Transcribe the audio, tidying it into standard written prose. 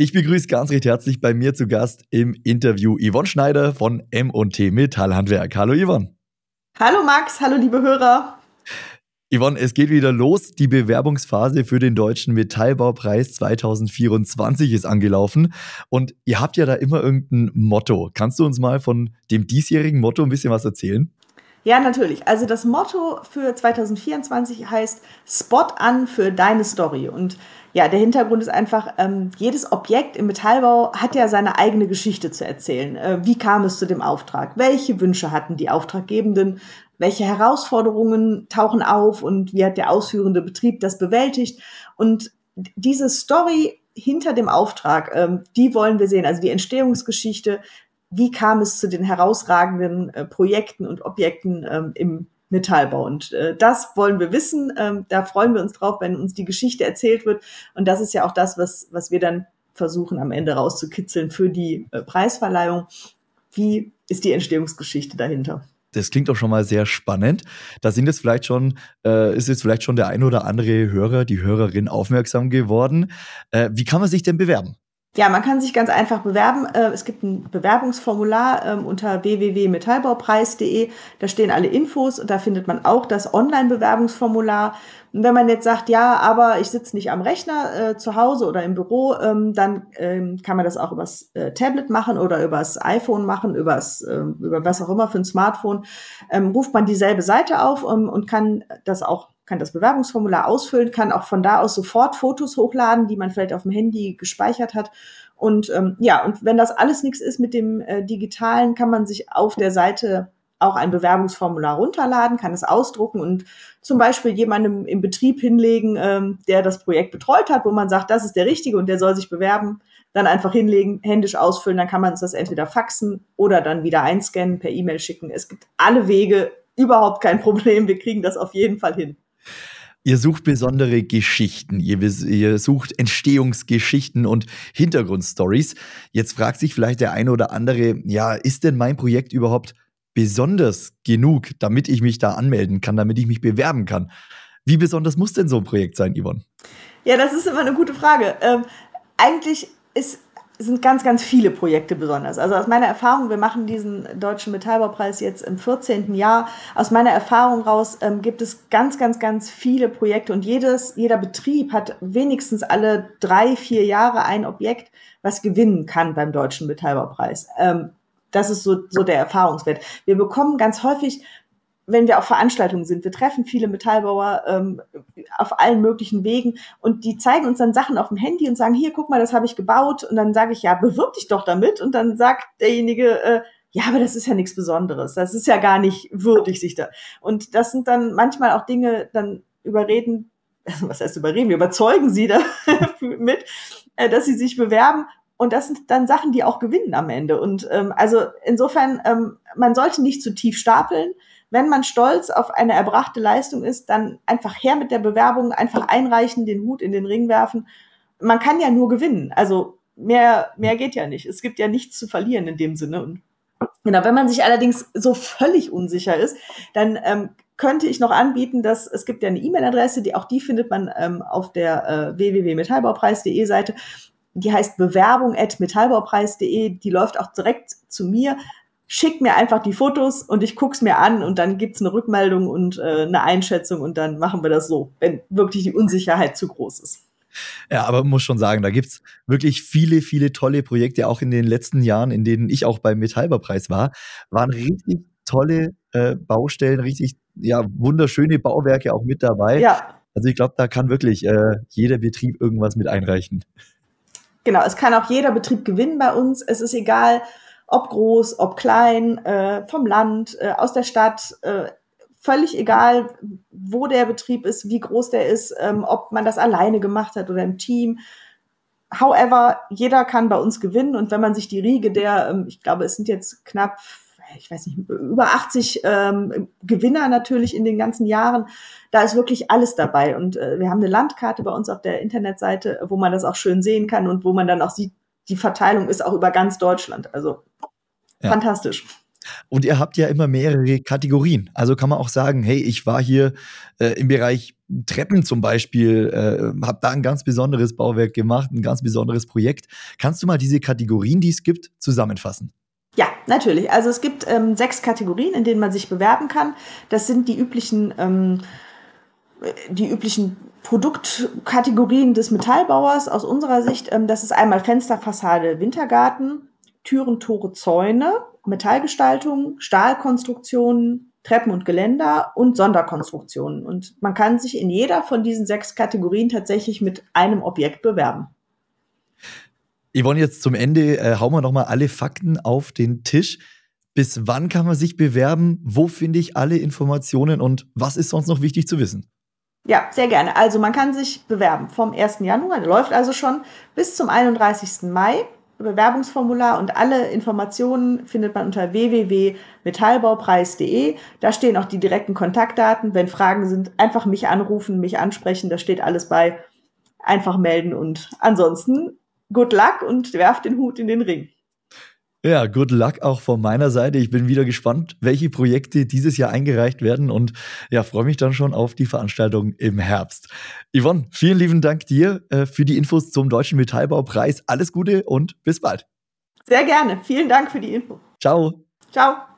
Ich begrüße ganz recht herzlich bei mir zu Gast im Interview Yvonne Schneider von M&T Metallhandwerk. Hallo Yvonne. Hallo Max, hallo liebe Hörer. Yvonne, es geht wieder los. Die Bewerbungsphase für den Deutschen Metallbaupreis 2024 ist angelaufen. Und ihr habt ja da immer irgendein Motto. Kannst du uns mal von dem diesjährigen Motto ein bisschen was erzählen? Ja, natürlich. Also das Motto für 2024 heißt Spot an für deine Story. Und ja, der Hintergrund ist einfach, jedes Objekt im Metallbau hat ja seine eigene Geschichte zu erzählen. Wie kam es zu dem Auftrag? Welche Wünsche hatten die Auftraggebenden? Welche Herausforderungen tauchen auf und wie hat der ausführende Betrieb das bewältigt? Und diese Story hinter dem Auftrag, die wollen wir sehen. Also die Entstehungsgeschichte, wie kam es zu den herausragenden Projekten und Objekten im Metallbau. Und das wollen wir wissen. Da freuen wir uns drauf, wenn uns die Geschichte erzählt wird. Und das ist ja auch das, was wir dann versuchen am Ende rauszukitzeln für die Preisverleihung. Wie ist die Entstehungsgeschichte dahinter? Das klingt doch schon mal sehr spannend. Da sind jetzt vielleicht schon, ist jetzt vielleicht schon der ein oder andere Hörer, die Hörerin aufmerksam geworden. Wie kann man sich denn bewerben? Ja, man kann sich ganz einfach bewerben. Es gibt ein Bewerbungsformular unter www.metallbaupreis.de. Da stehen alle Infos und da findet man auch das Online-Bewerbungsformular. Und wenn man jetzt sagt, ja, aber ich sitze nicht am Rechner zu Hause oder im Büro, dann kann man das auch übers Tablet machen oder übers iPhone machen, über was auch immer für ein Smartphone. Ruft man dieselbe Seite auf und kann das Bewerbungsformular ausfüllen, kann auch von da aus sofort Fotos hochladen, die man vielleicht auf dem Handy gespeichert hat. Und und wenn das alles nichts ist mit dem Digitalen, kann man sich auf der Seite auch ein Bewerbungsformular runterladen, kann es ausdrucken und zum Beispiel jemandem im Betrieb hinlegen, der das Projekt betreut hat, wo man sagt, das ist der Richtige und der soll sich bewerben, dann einfach hinlegen, händisch ausfüllen, dann kann man uns das entweder faxen oder dann wieder einscannen, per E-Mail schicken. Es gibt alle Wege, überhaupt kein Problem, wir kriegen das auf jeden Fall hin. Ihr sucht besondere Geschichten, ihr sucht Entstehungsgeschichten und Hintergrundstories. Jetzt fragt sich vielleicht der eine oder andere, ja, ist denn mein Projekt überhaupt besonders genug, damit ich mich da anmelden kann, damit ich mich bewerben kann? Wie besonders muss denn so ein Projekt sein, Yvonne? Ja, das ist immer eine gute Frage. Eigentlich sind ganz, ganz viele Projekte besonders. Also aus meiner Erfahrung, wir machen diesen Deutschen Metallbaupreis jetzt im 14. Jahr. Aus meiner Erfahrung raus gibt es ganz, ganz, ganz viele Projekte und jeder Betrieb hat wenigstens alle 3, 4 Jahre ein Objekt, was gewinnen kann beim Deutschen Metallbaupreis. Das ist so der Erfahrungswert. Wir bekommen ganz häufig, wenn wir auf Veranstaltungen sind, wir treffen viele Metallbauer auf allen möglichen Wegen und die zeigen uns dann Sachen auf dem Handy und sagen, hier, guck mal, das habe ich gebaut. Und dann sage ich, ja, bewirb dich doch damit. Und dann sagt derjenige, ja, aber das ist ja nichts Besonderes. Das ist ja gar nicht würdig, sich da. Und das sind dann manchmal auch Dinge, dann überreden, also was heißt überreden, wir überzeugen sie da mit, dass sie sich bewerben. Und das sind dann Sachen, die auch gewinnen am Ende. Und also insofern, man sollte nicht zu tief stapeln. Wenn man stolz auf eine erbrachte Leistung ist, dann einfach her mit der Bewerbung, einfach einreichen, den Hut in den Ring werfen. Man kann ja nur gewinnen. Also mehr geht ja nicht. Es gibt ja nichts zu verlieren in dem Sinne. Und genau, wenn man sich allerdings so völlig unsicher ist, dann könnte ich noch anbieten, dass es gibt ja eine E-Mail-Adresse, die findet man auf der www.metallbaupreis.de Seite. Die heißt bewerbung@metallbaupreis.de. Die läuft auch direkt zu mir. Schick mir einfach die Fotos und ich guck's mir an und dann gibt's eine Rückmeldung und eine Einschätzung und dann machen wir das so, wenn wirklich die Unsicherheit zu groß ist. Ja, aber man muss schon sagen, da gibt's wirklich viele, viele tolle Projekte, auch in den letzten Jahren, in denen ich auch beim Metallbaupreis war, waren richtig tolle Baustellen, richtig ja, wunderschöne Bauwerke auch mit dabei. Ja, Also ich glaube, da kann wirklich jeder Betrieb irgendwas mit einreichen. genau. Es kann auch jeder Betrieb gewinnen bei uns. Es ist egal, ob groß, ob klein, vom Land, aus der Stadt. Völlig egal, wo der Betrieb ist, wie groß der ist, ob man das alleine gemacht hat oder im Team. However, jeder kann bei uns gewinnen und wenn man sich die Riege ich glaube, es sind jetzt knapp, ich weiß nicht, über 80 Gewinner natürlich in den ganzen Jahren, da ist wirklich alles dabei und wir haben eine Landkarte bei uns auf der Internetseite, wo man das auch schön sehen kann und wo man dann auch sieht, die Verteilung ist auch über ganz Deutschland, also Ja. fantastisch. Und ihr habt ja immer mehrere Kategorien. Also kann man auch sagen, hey, ich war hier im Bereich Treppen zum Beispiel, habe da ein ganz besonderes Bauwerk gemacht, ein ganz besonderes Projekt. Kannst du mal diese Kategorien, die es gibt, zusammenfassen? Ja, natürlich. Also es gibt 6 Kategorien, in denen man sich bewerben kann. Das sind die üblichen Produktkategorien des Metallbauers aus unserer Sicht. Das ist einmal Fenster, Fassade, Wintergarten, Türen, Tore, Zäune, Metallgestaltung, Stahlkonstruktionen, Treppen und Geländer und Sonderkonstruktionen. Und man kann sich in jeder von diesen 6 Kategorien tatsächlich mit einem Objekt bewerben. Yvonne, jetzt zum Ende hauen wir noch mal alle Fakten auf den Tisch. Bis wann kann man sich bewerben? Wo finde ich alle Informationen und was ist sonst noch wichtig zu wissen? Ja, sehr gerne. Also man kann sich bewerben vom 1. Januar, der läuft also schon, bis zum 31. Mai. Bewerbungsformular und alle Informationen findet man unter www.metallbaupreis.de. Da stehen auch die direkten Kontaktdaten. Wenn Fragen sind, einfach mich anrufen, mich ansprechen, da steht alles bei. Einfach melden und ansonsten good luck und werft den Hut in den Ring. Ja, good luck auch von meiner Seite. Ich bin wieder gespannt, welche Projekte dieses Jahr eingereicht werden und ja, freue mich dann schon auf die Veranstaltung im Herbst. Yvonne, vielen lieben Dank dir für die Infos zum Deutschen Metallbaupreis. Alles Gute und bis bald. Sehr gerne. Vielen Dank für die Info. Ciao. Ciao.